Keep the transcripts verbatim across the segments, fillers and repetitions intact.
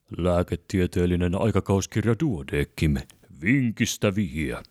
Lääketieteellinen aikakauskirja Duodeckim. Vinkistä vihiä.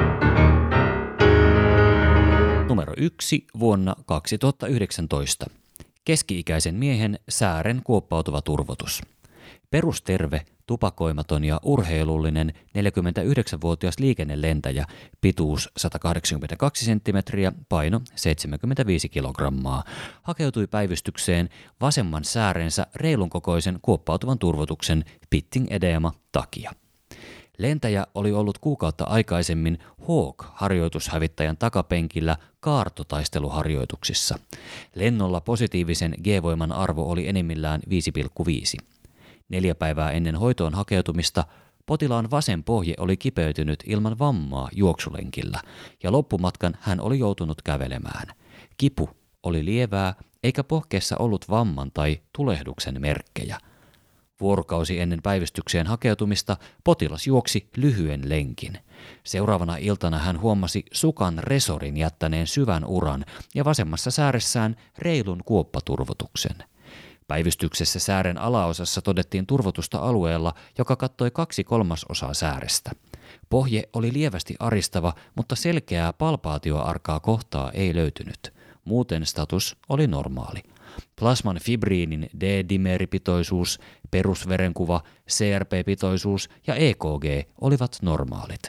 Numero yksi vuonna kaksituhattayhdeksäntoista. Keski-ikäisen miehen säären kuoppautuva turvotus. Perusterve, tupakoimaton ja urheilullinen neljäkymmentäyhdeksänvuotias liikennelentäjä, pituus sata kahdeksankymmentäkaksi senttimetriä, paino seitsemänkymmentäviisi kilogrammaa, hakeutui päivystykseen vasemman säärensä reilun kokoisen kuoppautuvan turvotuksen pitting edema takia. Lentäjä oli ollut kuukautta aikaisemmin Hawk-harjoitushävittäjän takapenkillä kaartotaisteluharjoituksissa. Lennolla positiivisen G-voiman arvo oli enimmillään viisi pilkku viisi. Neljä päivää ennen hoitoon hakeutumista potilaan vasen pohje oli kipeytynyt ilman vammaa juoksulenkillä ja loppumatkan hän oli joutunut kävelemään. Kipu oli lievää eikä pohkeessa ollut vamman tai tulehduksen merkkejä. Vuorokausi ennen päivystykseen hakeutumista potilas juoksi lyhyen lenkin. Seuraavana iltana hän huomasi sukan resorin jättäneen syvän uran ja vasemmassa sääressään reilun kuoppaturvotuksen. Päivystyksessä säären alaosassa todettiin turvotusta alueella, joka kattoi kaksi kolmasosaa säärestä. Pohje oli lievästi aristava, mutta selkeää palpaatioarkaa kohtaa ei löytynyt. Muuten status oli normaali. Plasman fibriinin D-dimeeripitoisuus, perusverenkuva, C R P-pitoisuus ja E K G olivat normaalit.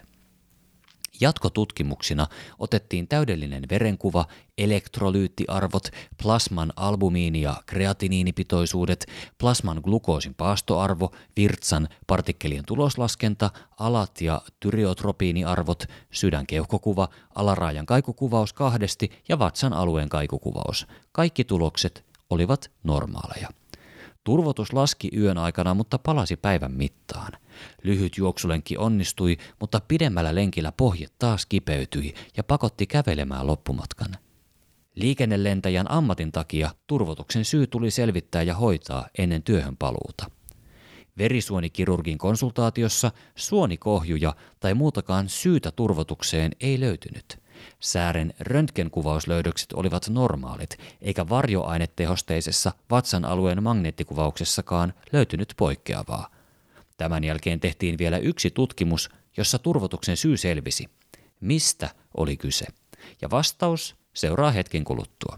Jatkotutkimuksina otettiin täydellinen verenkuva, elektrolyyttiarvot, plasman albumiini- ja kreatiniinipitoisuudet, plasman glukoosin paastoarvo, virtsan partikkelien tuloslaskenta, alat- ja tyriotropiiniarvot, sydänkeuhkokuva, alaraajan kaikukuvaus kahdesti ja vatsan alueen kaikukuvaus. Kaikki tulokset olivat normaaleja. Turvotus laski yön aikana, mutta palasi päivän mittaan. Lyhyt juoksulenkki onnistui, mutta pidemmällä lenkillä pohje taas kipeytyi ja pakotti kävelemään loppumatkan. Liikennelentäjän ammatin takia turvotuksen syy tuli selvittää ja hoitaa ennen työhön paluuta. Verisuonikirurgin konsultaatiossa suonikohjuja tai muutakaan syytä turvotukseen ei löytynyt. Säären röntgenkuvauslöydökset olivat normaalit, eikä varjoainetehosteisessa vatsan alueen magneettikuvauksessakaan löytynyt poikkeavaa. Tämän jälkeen tehtiin vielä yksi tutkimus, jossa turvotuksen syy selvisi. Mistä oli kyse? Ja vastaus seuraa hetken kuluttua.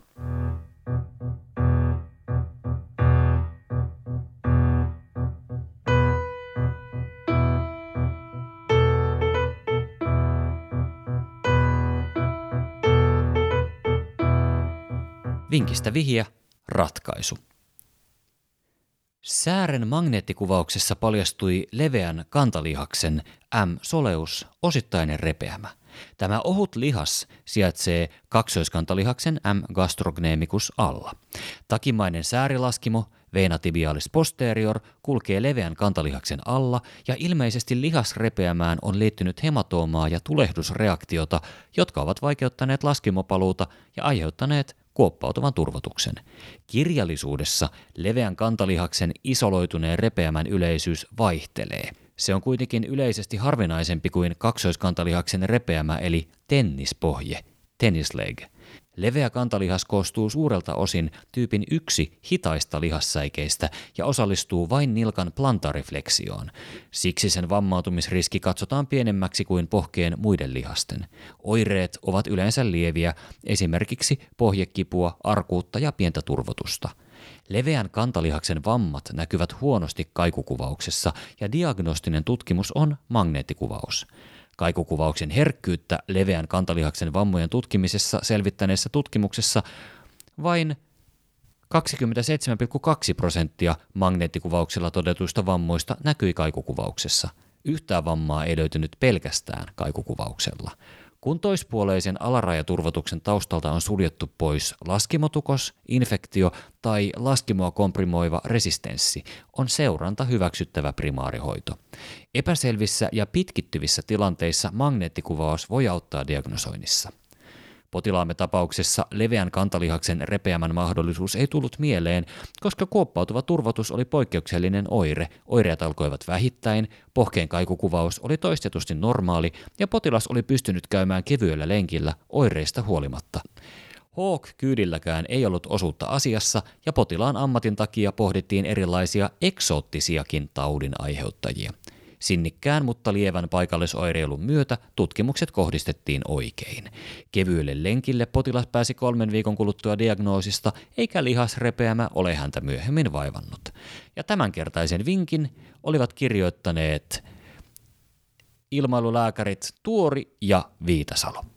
Vinkistä vihiä, ratkaisu. Säären magneettikuvauksessa paljastui leveän kantalihaksen M. soleus osittainen repeämä. Tämä ohut lihas sijaitsee kaksoiskantalihaksen M. gastrognemicus alla. Takimainen säärilaskimo vena tibialis posterior kulkee leveän kantalihaksen alla ja ilmeisesti lihasrepeämään on liittynyt hematoomaa ja tulehdusreaktiota, jotka ovat vaikeuttaneet laskimopaluuta ja aiheuttaneet kuoppautuvan turvotuksen. Kirjallisuudessa leveän kantalihaksen isoloituneen repeämän yleisyys vaihtelee. Se on kuitenkin yleisesti harvinaisempi kuin kaksoiskantalihaksen repeämä eli tennispohje, tennis leg. Leveä kantalihas koostuu suurelta osin tyypin yksi hitaista lihassäikeistä ja osallistuu vain nilkan plantarifleksioon. Siksi sen vammautumisriski katsotaan pienemmäksi kuin pohkeen muiden lihasten. Oireet ovat yleensä lieviä, esimerkiksi pohjekipua, arkuutta ja pientä turvotusta. Leveän kantalihaksen vammat näkyvät huonosti kaikukuvauksessa ja diagnostinen tutkimus on magneettikuvaus. Kaikukuvauksen herkkyyttä leveän kantalihaksen vammojen tutkimisessa selvittäneessä tutkimuksessa vain kaksikymmentäseitsemän pilkku kaksi prosenttia magneettikuvauksella todetuista vammoista näkyi kaikukuvauksessa. Yhtään vammaa ei löytynyt pelkästään kaikukuvauksella. Kun toispuoleisen alarajaturvotuksen taustalta on suljettu pois laskimotukos, infektio tai laskimoa komprimoiva resistenssi, on seuranta hyväksyttävä primaarihoito. Epäselvissä ja pitkittyvissä tilanteissa magneettikuvaus voi auttaa diagnosoinnissa. Potilaamme tapauksessa leveän kantalihaksen repeämän mahdollisuus ei tullut mieleen, koska kuoppautuva turvotus oli poikkeuksellinen oire, oireet alkoivat vähittäin, pohkeen kaikukuvaus oli toistetusti normaali ja potilas oli pystynyt käymään kevyellä lenkillä oireista huolimatta. Hawk-kyydilläkään ei ollut osuutta asiassa ja potilaan ammatin takia pohdittiin erilaisia eksoottisiakin taudin aiheuttajia. Sinnikkään, mutta lievän paikallisoireilun myötä tutkimukset kohdistettiin oikein. Kevyelle lenkille potilas pääsi kolmen viikon kuluttua diagnoosista, eikä lihasrepeämä ole häntä myöhemmin vaivannut. Ja tämänkertaisen vinkin olivat kirjoittaneet ilmailulääkärit Tuori ja Viitasalo.